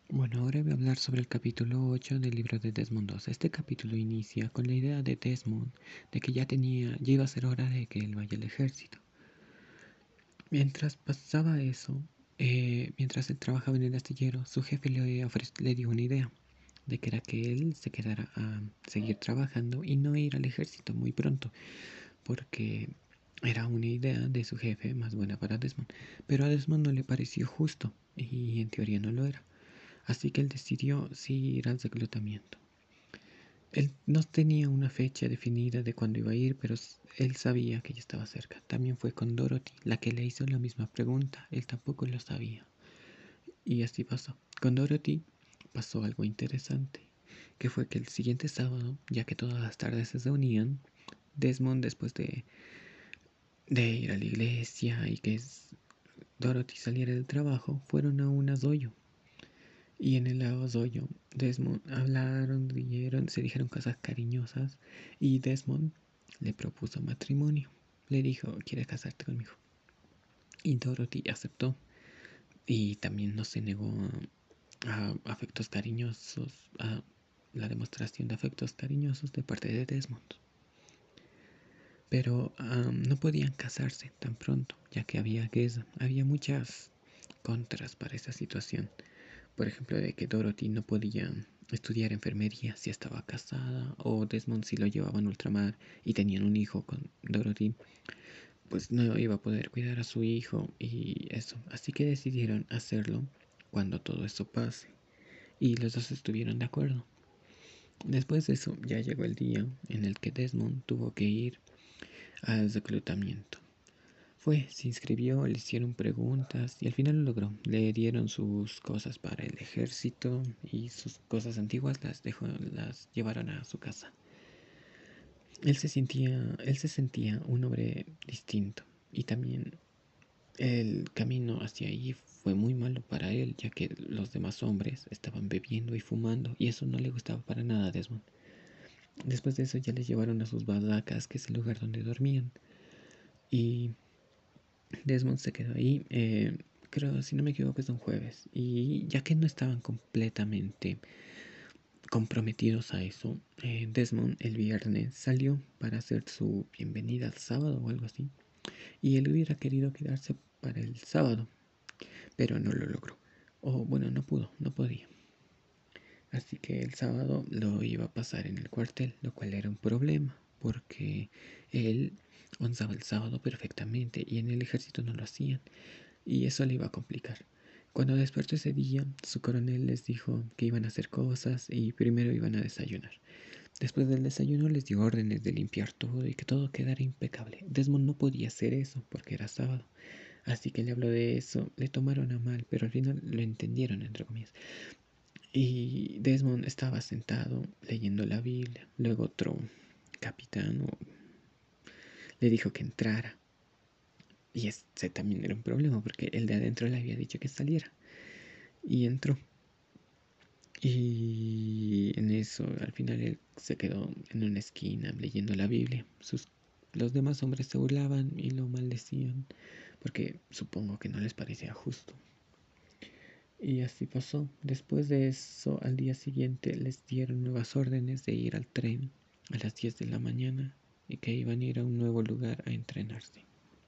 Bueno, ahora voy a hablar sobre el capítulo 8 del libro de Desmond II. Este capítulo inicia con la idea de Desmond de que ya iba a ser hora de que él vaya al ejército. Mientras pasaba eso, mientras él trabajaba en el astillero, su jefe le dio una idea de que era que él se quedara a seguir trabajando y no ir al ejército muy pronto, porque era una idea de su jefe más buena para Desmond, pero a Desmond no le pareció justo y en teoría no lo era. Así que él decidió sí ir al reclutamiento. Él no tenía una fecha definida de cuándo iba a ir, pero él sabía que ya estaba cerca. También fue con Dorothy, la que le hizo la misma pregunta. Él tampoco lo sabía. Y así pasó. Con Dorothy pasó algo interesante, que fue que el siguiente sábado, ya que todas las tardes se reunían, Desmond, después de ir a la iglesia y que Dorothy saliera del trabajo, fueron a un adoyo. Y en el adoyo, Desmond hablaron, rieron, se dijeron cosas cariñosas y Desmond le propuso matrimonio. Le dijo, ¿quieres casarte conmigo? Y Dorothy aceptó y también no se negó a afectos cariñosos, a la demostración de afectos cariñosos de parte de Desmond. Pero no podían casarse tan pronto, ya que había muchas contras para esa situación. Por ejemplo, de que Dorothy no podía estudiar enfermería si estaba casada, o Desmond si lo llevaban a ultramar y tenían un hijo con Dorothy, pues no iba a poder cuidar a su hijo y eso. Así que decidieron hacerlo cuando todo eso pase. Y los dos estuvieron de acuerdo. Después de eso ya llegó el día en el que Desmond tuvo que ir al reclutamiento. Se inscribió, le hicieron preguntas y al final lo logró. Le dieron sus cosas para el ejército y sus cosas antiguas las llevaron a su casa. Él se sentía un hombre distinto y también el camino hacia allí fue muy malo para él, ya que los demás hombres estaban bebiendo y fumando y eso no le gustaba para nada a Desmond. Después de eso ya les llevaron a sus barracas, que es el lugar donde dormían, y Desmond se quedó ahí, creo, si no me equivoco, es un jueves. Y ya que no estaban completamente comprometidos a eso, Desmond el viernes salió para hacer su bienvenida al sábado o algo así. Y él hubiera querido quedarse para el sábado, pero no lo logró. O bueno, no pudo, no podía. Así que el sábado lo iba a pasar en el cuartel, lo cual era un problema, porque él onzaba el sábado perfectamente y en el ejército no lo hacían. Y eso le iba a complicar. Cuando despertó ese día, su coronel les dijo que iban a hacer cosas y primero iban a desayunar. Después del desayuno les dio órdenes de limpiar todo y que todo quedara impecable. Desmond no podía hacer eso porque era sábado. Así que le habló de eso, le tomaron a mal, pero al final lo entendieron, entre comillas. Y Desmond estaba sentado leyendo la Biblia. Luego otro capitán le dijo que entrara. Y ese también era un problema porque el de adentro le había dicho que saliera. Y entró. Y en eso, al final él se quedó en una esquina leyendo la Biblia. Los demás hombres se burlaban y lo maldecían, porque supongo que no les parecía justo. Y así pasó. Después de eso, al día siguiente les dieron nuevas órdenes de ir al tren a las 10 de la mañana y que iban a ir a un nuevo lugar a entrenarse.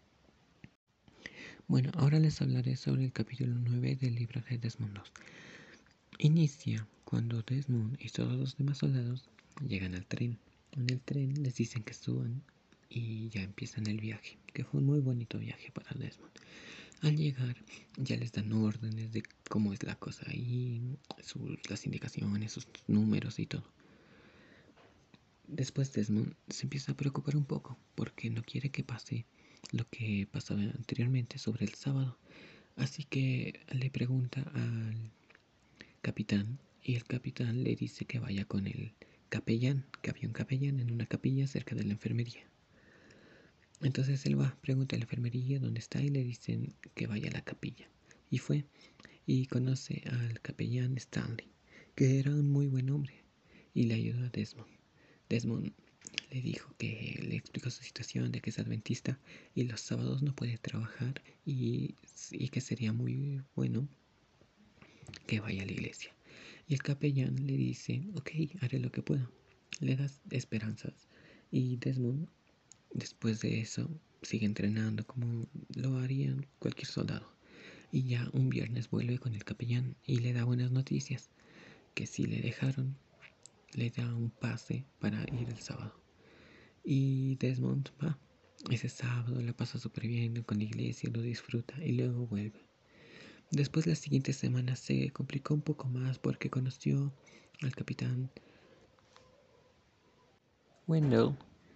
Bueno, ahora les hablaré sobre el capítulo 9 del libro de Desmond II. Inicia cuando Desmond y todos los demás soldados llegan al tren. En el tren les dicen que suban y ya empiezan el viaje, que fue un muy bonito viaje para Desmond. Al llegar ya les dan órdenes de cómo es la cosa ahí, las indicaciones, sus números y todo. Después Desmond se empieza a preocupar un poco porque no quiere que pase lo que pasaba anteriormente sobre el sábado. Así que le pregunta al capitán y el capitán le dice que vaya con el capellán, que había un capellán en una capilla cerca de la enfermería. Entonces él va, pregunta a la enfermería dónde está y le dicen que vaya a la capilla. Y fue y conoce al capellán Stanley, que era un muy buen hombre, y le ayudó a Desmond. Desmond le dijo que le explicó su situación de que es adventista y los sábados no puede trabajar y que sería muy bueno que vaya a la iglesia. Y el capellán le dice, ok, haré lo que pueda. Le das esperanzas. Y Desmond, después de eso, sigue entrenando como lo haría cualquier soldado. Y ya un viernes vuelve con el capellán y le da buenas noticias, que si le dejaron, le da un pase para ir el sábado. Y Desmond va. Ese sábado la pasa súper bien con la iglesia, lo disfruta y luego vuelve. Después las siguientes semanas se complicó un poco más porque conoció al capitán Wendell,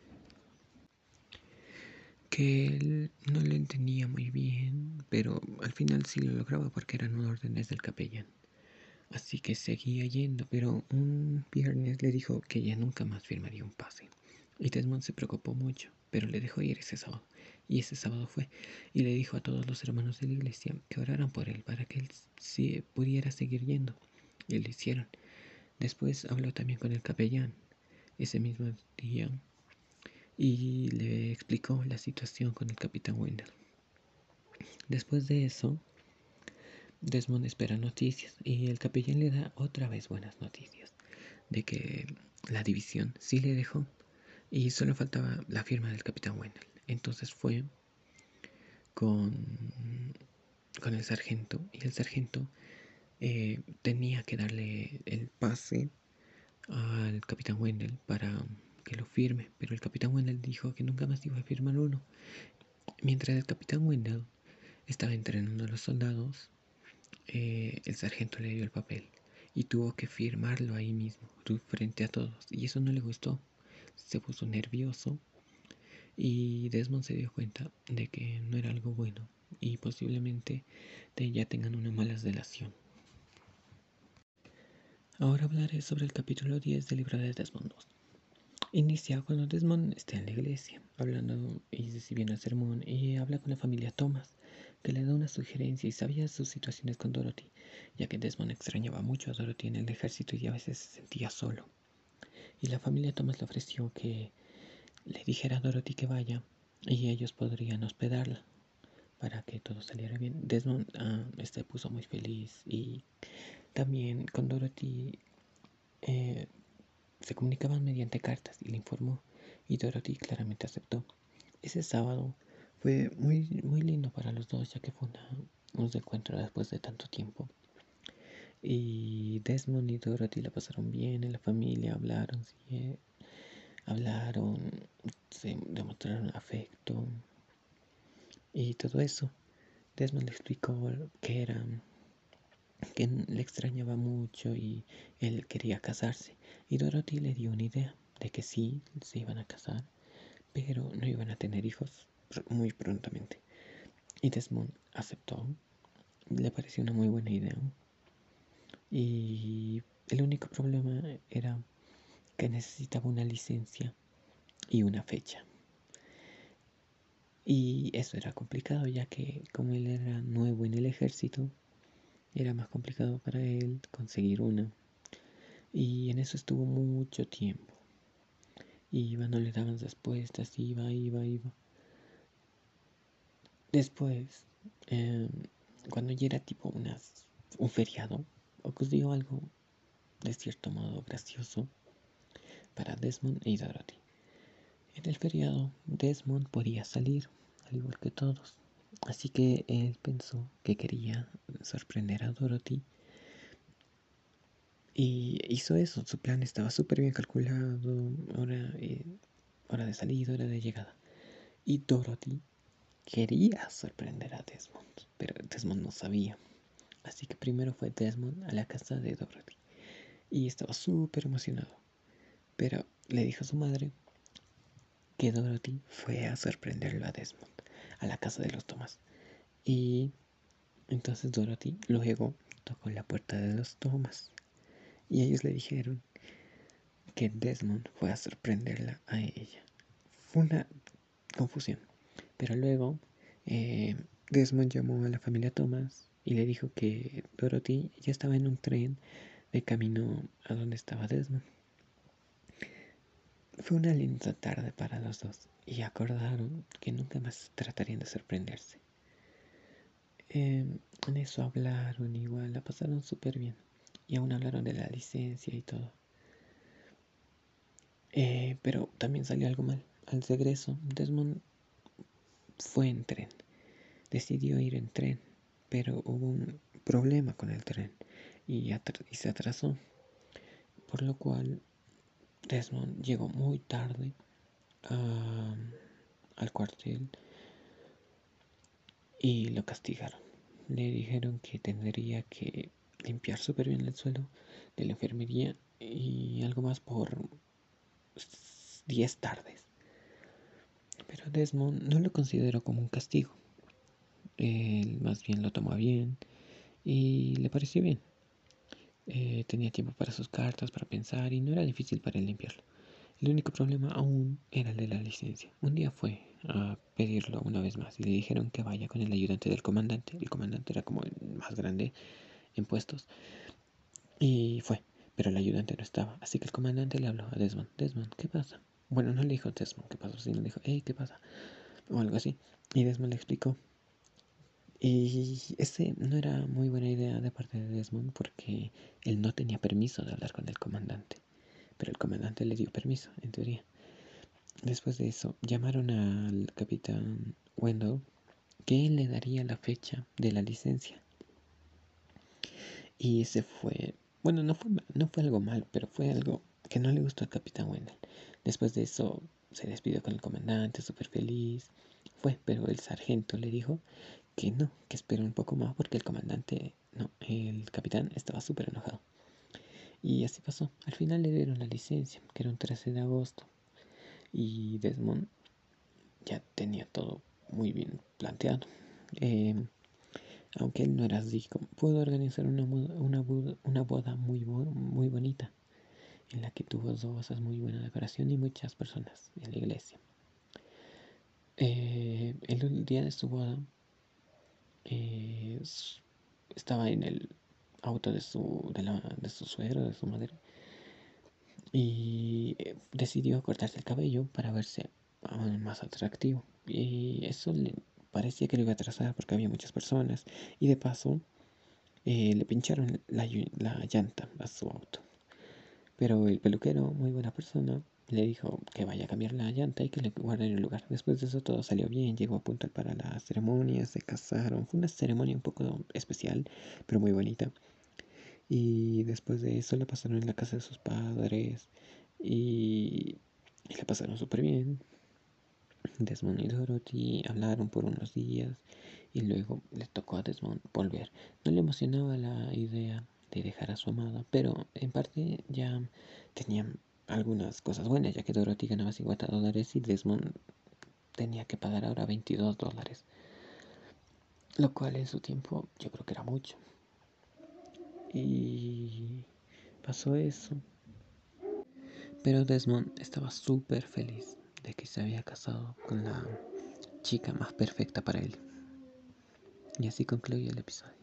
que él no lo entendía muy bien, pero al final sí lo lograba porque eran órdenes del capellán. Así que seguía yendo, pero un viernes le dijo que ya nunca más firmaría un pase. Y Desmond se preocupó mucho, pero le dejó ir ese sábado. Y ese sábado fue, y le dijo a todos los hermanos de la iglesia que oraran por él para que él sí pudiera seguir yendo. Y lo hicieron. Después habló también con el capellán ese mismo día y le explicó la situación con el capitán Wendell. Después de eso, Desmond espera noticias y el capellán le da otra vez buenas noticias de que la división sí le dejó y solo faltaba la firma del capitán Wendell. Entonces fue con, con el sargento y el sargento tenía que darle el pase al capitán Wendell para que lo firme, pero el capitán Wendell dijo que nunca más iba a firmar uno. Mientras el capitán Wendell estaba entrenando a los soldados, el sargento le dio el papel y tuvo que firmarlo ahí mismo, frente a todos, y eso no le gustó. Se puso nervioso y Desmond se dio cuenta de que no era algo bueno y posiblemente ya tengan una mala relación. Ahora hablaré sobre el capítulo 10 del libro de Desmond 2. Inicia cuando Desmond está en la iglesia, hablando y recibiendo el sermón, y habla con la familia Thomas, que le da una sugerencia y sabía sus situaciones con Dorothy, ya que Desmond extrañaba mucho a Dorothy en el ejército y a veces se sentía solo. Y la familia Thomas le ofreció que le dijera a Dorothy que vaya y ellos podrían hospedarla para que todo saliera bien. Desmond se puso muy feliz y también con Dorothy se comunicaban mediante cartas y le informó y Dorothy claramente aceptó. Ese sábado fue muy lindo para los dos ya que fue un encuentro después de tanto tiempo. Y Desmond y Dorothy la pasaron bien en la familia, hablaron, sí, hablaron, se demostraron afecto y todo eso. Desmond le explicó que le extrañaba mucho y él quería casarse. Y Dorothy le dio una idea de que sí, se iban a casar, pero no iban a tener hijos muy prontamente. Y Desmond aceptó, le pareció una muy buena idea. Y el único problema era que necesitaba una licencia y una fecha. Y eso era complicado ya que como él era nuevo en el ejército, era más complicado para él conseguir una. Y en eso estuvo mucho tiempo. Iba, no le daban respuestas, iba. Después, cuando ya era tipo un feriado, ocurrió algo de cierto modo gracioso para Desmond y Dorothy. En el feriado, Desmond podía salir, al igual que todos. Así que él pensó que quería sorprender a Dorothy y hizo eso. Su plan estaba súper bien calculado, hora de salida, hora de llegada. Y Dorothy quería sorprender a Desmond, pero Desmond no sabía. Así que primero fue Desmond a la casa de Dorothy y estaba súper emocionado. Pero le dijo a su madre que Dorothy fue a sorprenderlo a Desmond a la casa de los Thomas. Y entonces Dorothy luego tocó la puerta de los Thomas y ellos le dijeron que Desmond fue a sorprenderla a ella. Fue una confusión. Pero luego Desmond llamó a la familia Thomas y le dijo que Dorothy ya estaba en un tren de camino a donde estaba Desmond. Fue una linda tarde para los dos y acordaron que nunca más tratarían de sorprenderse. En eso hablaron igual, la pasaron súper bien. Y aún hablaron de la licencia y todo. Pero también salió algo mal. Al regreso, Desmond fue en tren. Decidió ir en tren, pero hubo un problema con el tren y se atrasó. Por lo cual Desmond llegó muy tarde a- al cuartel y lo castigaron. Le dijeron que tendría que limpiar súper bien el suelo de la enfermería y algo más por 10 tardes. Pero Desmond no lo consideró como un castigo. Él más bien lo tomó bien y le pareció bien. Tenía tiempo para sus cartas, para pensar y no era difícil para él limpiarlo. El único problema aún era el de la licencia. Un día fue a pedirlo una vez más y le dijeron que vaya con el ayudante del comandante. El comandante era como el más grande en puestos. Y fue, pero el ayudante no estaba. Así que el comandante le habló a Desmond. Desmond, ¿qué pasa? Bueno, no le dijo Desmond qué pasó, sino le dijo, hey, ¿qué pasa? O algo así. Y Desmond le explicó. Y ese no era muy buena idea de parte de Desmond porque él no tenía permiso de hablar con el comandante. Pero el comandante le dio permiso, en teoría. Después de eso, llamaron al capitán Wendell, que él le daría la fecha de la licencia. Y ese fue, bueno, no fue algo mal, pero fue algo que no le gustó al capitán Wendell. Después de eso, se despidió con el comandante, súper feliz. Fue, pero el sargento le dijo que no, que espere un poco más porque el comandante, no, el capitán estaba súper enojado. Y así pasó. Al final le dieron la licencia, que era un 13 de agosto. Y Desmond ya tenía todo muy bien planteado. Eh, Aunque él no era rico, pudo organizar una boda muy bonita, en la que tuvo rosas, muy buena decoración y muchas personas en la iglesia. El día de su boda eh, estaba en el auto de su suegro, de su madre, y decidió cortarse el cabello para verse aún más atractivo. Y eso le parecía que lo iba a atrasar porque había muchas personas. Y de paso, le pincharon la llanta a su auto. Pero el peluquero, muy buena persona, le dijo que vaya a cambiar la llanta y que le guarde en el lugar. Después de eso todo salió bien, llegó a punto para la ceremonia, se casaron. Fue una ceremonia un poco especial, pero muy bonita. Y después de eso la pasaron en la casa de sus padres y la pasaron súper bien. Desmond y Dorothy hablaron por unos días y luego le tocó a Desmond volver. No le emocionaba la idea de dejar a su amada, pero en parte ya tenían algunas cosas buenas, ya que Dorothy ganaba $50 y Desmond tenía que pagar ahora $22, lo cual en su tiempo yo creo que era mucho. Y pasó eso. Pero Desmond estaba súper feliz de que se había casado con la chica más perfecta para él. Y así concluye el episodio.